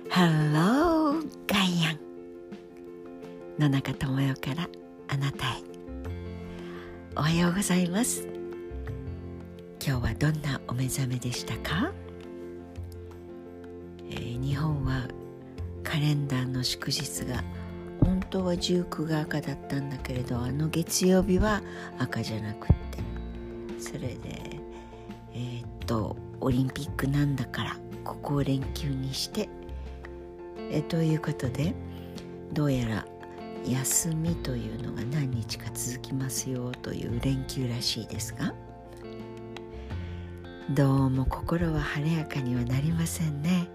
Hello ガイアン、野中智代からあなたへ。おはようございます。今日はどんなお目覚めでしたか？日本はカレンダーの祝日が本当は19が赤だったんだけれど、月曜日は赤じゃなくって、それでオリンピックなんだからここを連休にしてということで、どうやら休みというのが何日か続きますよという連休らしいですが、どうも心は晴れやかにはなりませんね。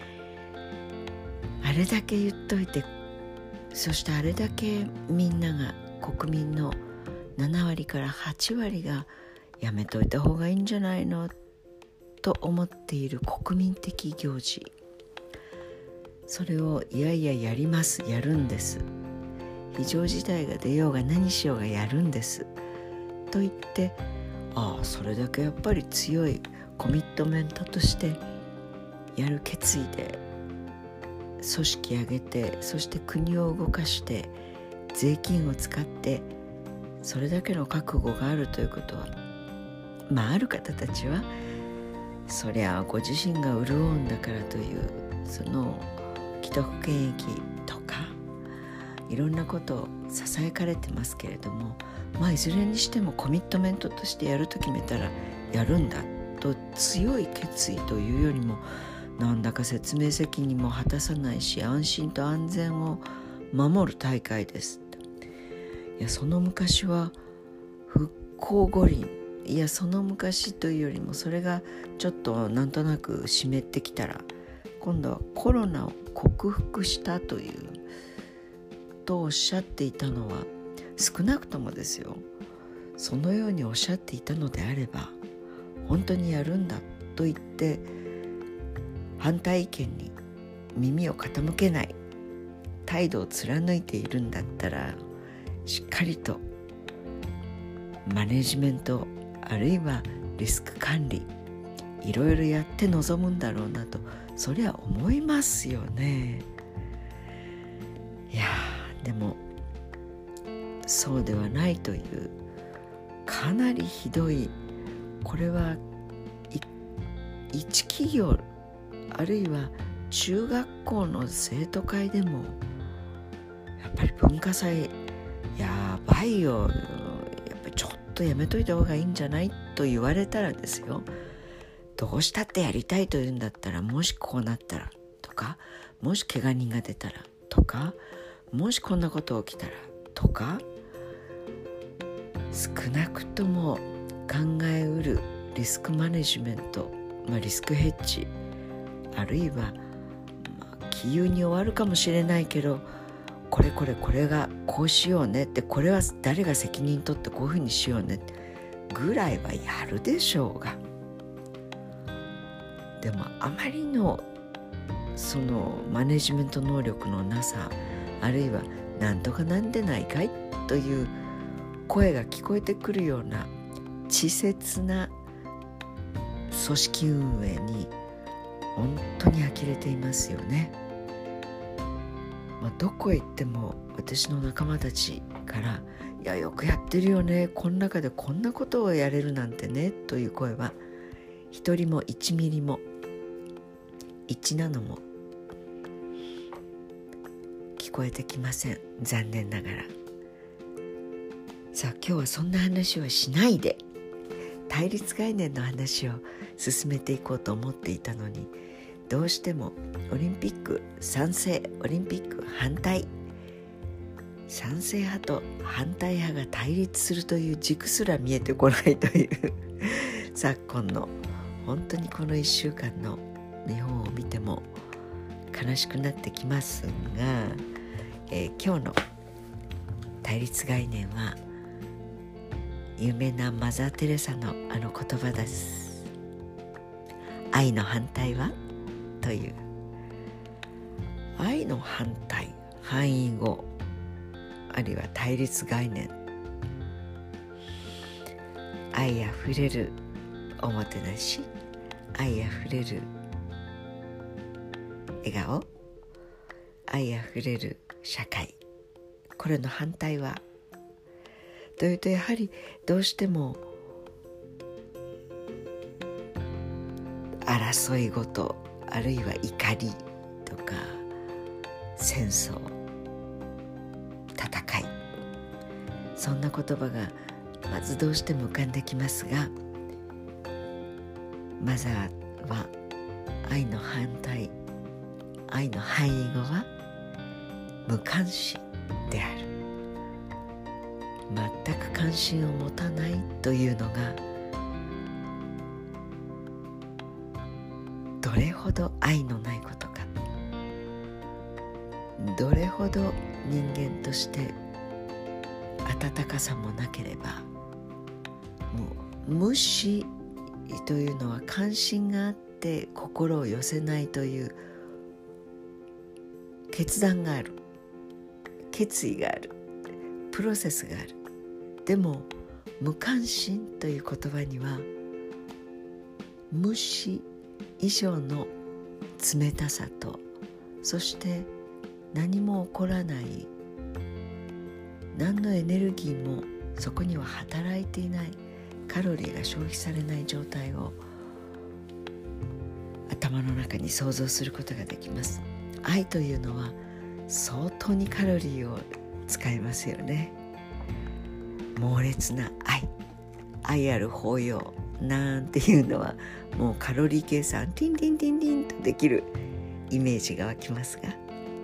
あれだけ言っといて、そしてあれだけみんなが、国民の7割から8割がやめといた方がいいんじゃないのと思っている国民的行事、それをいやいややります、やるんです。非常事態が出ようが何しようがやるんですと言って、それだけやっぱり強いコミットメントとしてやる決意で組織上げて、そして国を動かして税金を使って、それだけの覚悟があるということは、ある方たちはそりゃご自身が潤うんだからという、その既得権益とかいろんなことをささやかれてますけれども、いずれにしてもコミットメントとしてやると決めたらやるんだと強い決意というよりも、なんだか説明責任も果たさないし、安心と安全を守る大会です。いや、その昔は復興五輪、いやその昔というよりも、それがちょっとなんとなく湿ってきたら、今度はコロナを克服したというとおっしゃっていたのは、少なくともですよ、そのようにおっしゃっていたのであれば、本当にやるんだと言って反対意見に耳を傾けない態度を貫いているんだったら、しっかりとマネジメント、あるいはリスク管理、いろいろやって臨むんだろうなと、そりゃ思いますよね。いやでもそうではないという、かなりひどい、これは一企業、あるいは中学校の生徒会でもやっぱり文化祭やばいよ、やっぱりちょっとやめといた方がいいんじゃないと言われたらですよ、どうしたってやりたいというんだったら、もしこうなったらとか、もし怪我人が出たらとか、もしこんなこと起きたらとか、少なくとも考えうるリスクマネジメント、リスクヘッジ、あるいは、杞憂に終わるかもしれないけど、これがこうしようねって、これは誰が責任取ってこういうふうにしようねぐらいはやるでしょうが、でもあまりのそのマネジメント能力のなさ、あるいはなんとかなんでないかいという声が聞こえてくるような稚拙な組織運営に本当に呆れていますよね。どこへ行っても私の仲間たちから、いやよくやってるよね、この中でこんなことをやれるなんてねという声は一人も1ミリも1ナノも聞こえてきません、残念ながら。さあ今日はそんな話をしないで、対立概念の話を進めていこうと思っていたのに、どうしてもオリンピック賛成、オリンピック反対、賛成派と反対派が対立するという軸すら見えてこないという昨今の、本当にこの1週間の日本を見ても悲しくなってきますが、今日の対立概念は有名なマザー・テレサの言葉です。愛の反対はという、愛の反対、反意語、あるいは対立概念、愛あふれるおもてなし、愛あふれる笑顔、 愛あふれる社会、これの反対はというと、やはりどうしても争いごと、あるいは怒りとか戦争、戦い、そんな言葉がまずどうしても浮かんできますが、マザーは愛の反対、愛の反義語は無関心である。全く関心を持たないというのがどれほど愛のないことか、どれほど人間として温かさもなければ、もう無視というのは関心があって心を寄せないという決断がある、決意がある、プロセスがある。でも無関心という言葉には無視以上の冷たさと、そして何も起こらない、何のエネルギーもそこには働いていない、カロリーが消費されない状態を頭の中に想像することができます。愛というのは相当にカロリーを使いますよね。猛烈な愛ある抱擁なんていうのはもうカロリー計算ティンティンティンティンとできるイメージが湧きますが、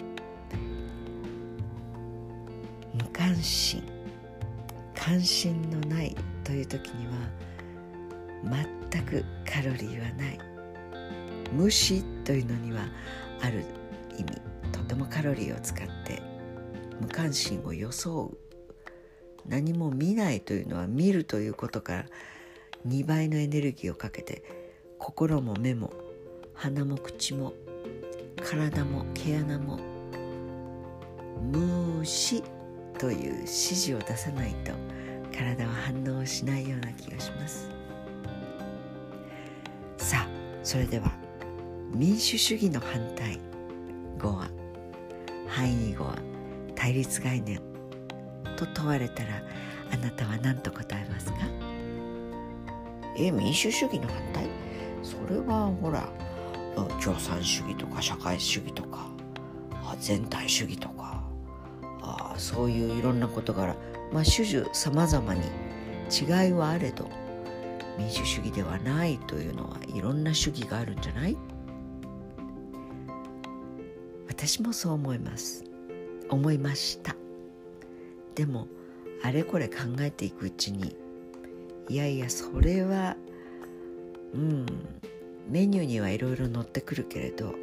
無関心、関心のないという時には全くカロリーはない。無視というのにはある意味とてもカロリーを使って無関心を装う。何も見ないというのは見るということから2倍のエネルギーをかけて、心も目も鼻も口も体も毛穴も無視という指示を出さないと体は反応しないような気がします。さあ、それでは民主主義の反対語は、反義語は対立概念と問われたら、あなたは何と答えますか？民主主義の反対？それはほら、共産主義とか社会主義とか全体主義とかそういういろんな事柄、種々さまざまに違いはあれど、民主主義ではないというのはいろんな主義があるんじゃない？私もそう思います。思いました。でもあれこれ考えていくうちに、いやいやそれはメニューにはいろいろ載ってくるけれど、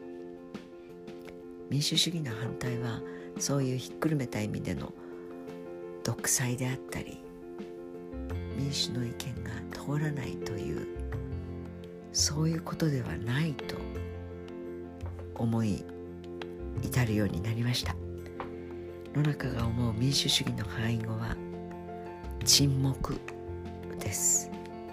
民主主義の反対はそういうひっくるめた意味での独裁であったり、民主の意見が通らないという、そういうことではないと思い至るようになりました。野中が思う民主主義の反義語は沈黙です。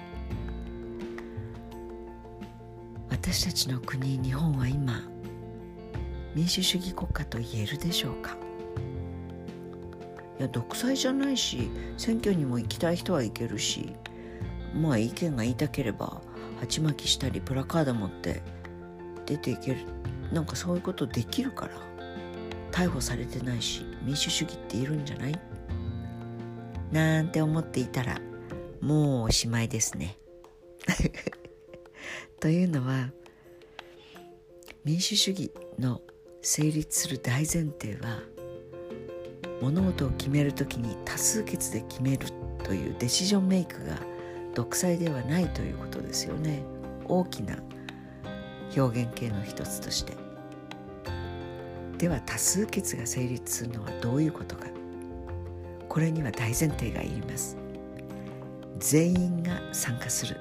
私たちの国日本は今民主主義国家と言えるでしょうか？いや、独裁じゃないし、選挙にも行きたい人は行けるし、意見が言いたければ鉢巻きしたりプラカード持って出ていける、なんかそういうことできるから逮捕されてないし、民主主義っているんじゃないなんて思っていたら、もうおしまいですねというのは、民主主義の成立する大前提は、物事を決めるときに多数決で決めるというデシジョンメイクが独裁ではないということですよね。大きな表現形の一つとして。では多数決が成立するのはどういうことか。これには大前提がいります。全員が参加する。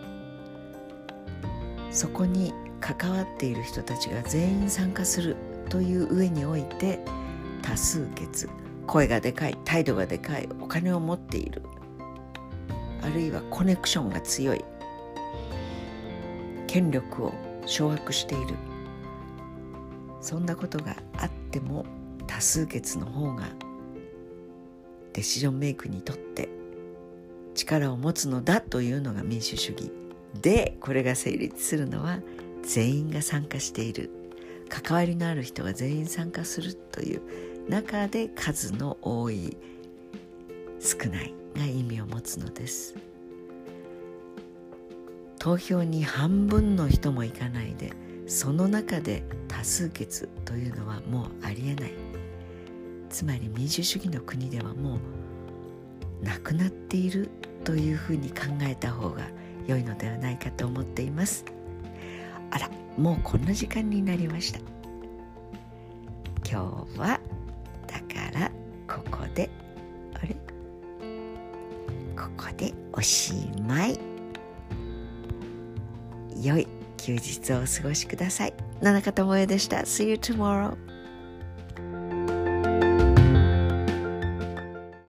そこに関わっている人たちが全員参加するという上において、多数決、声がでかい、態度がでかい、お金を持っている、あるいはコネクションが強い、権力を掌握している、 そんなことがあっても多数決の方がデシジョンメイクにとって力を持つのだというのが民主主義で、これが成立するのは全員が参加している、関わりのある人が全員参加するという中で数の多い少ないが意味を持つのです。投票に半分の人も行かないで、その中で多数決というのはもうありえない。つまり民主主義の国ではもうなくなっているというふうに考えた方が良いのではないかと思っています。あら、もうこんな時間になりました。今日はだからここでおしまい。良い休日をお過ごしください。野中智恵でした。See you tomorrow.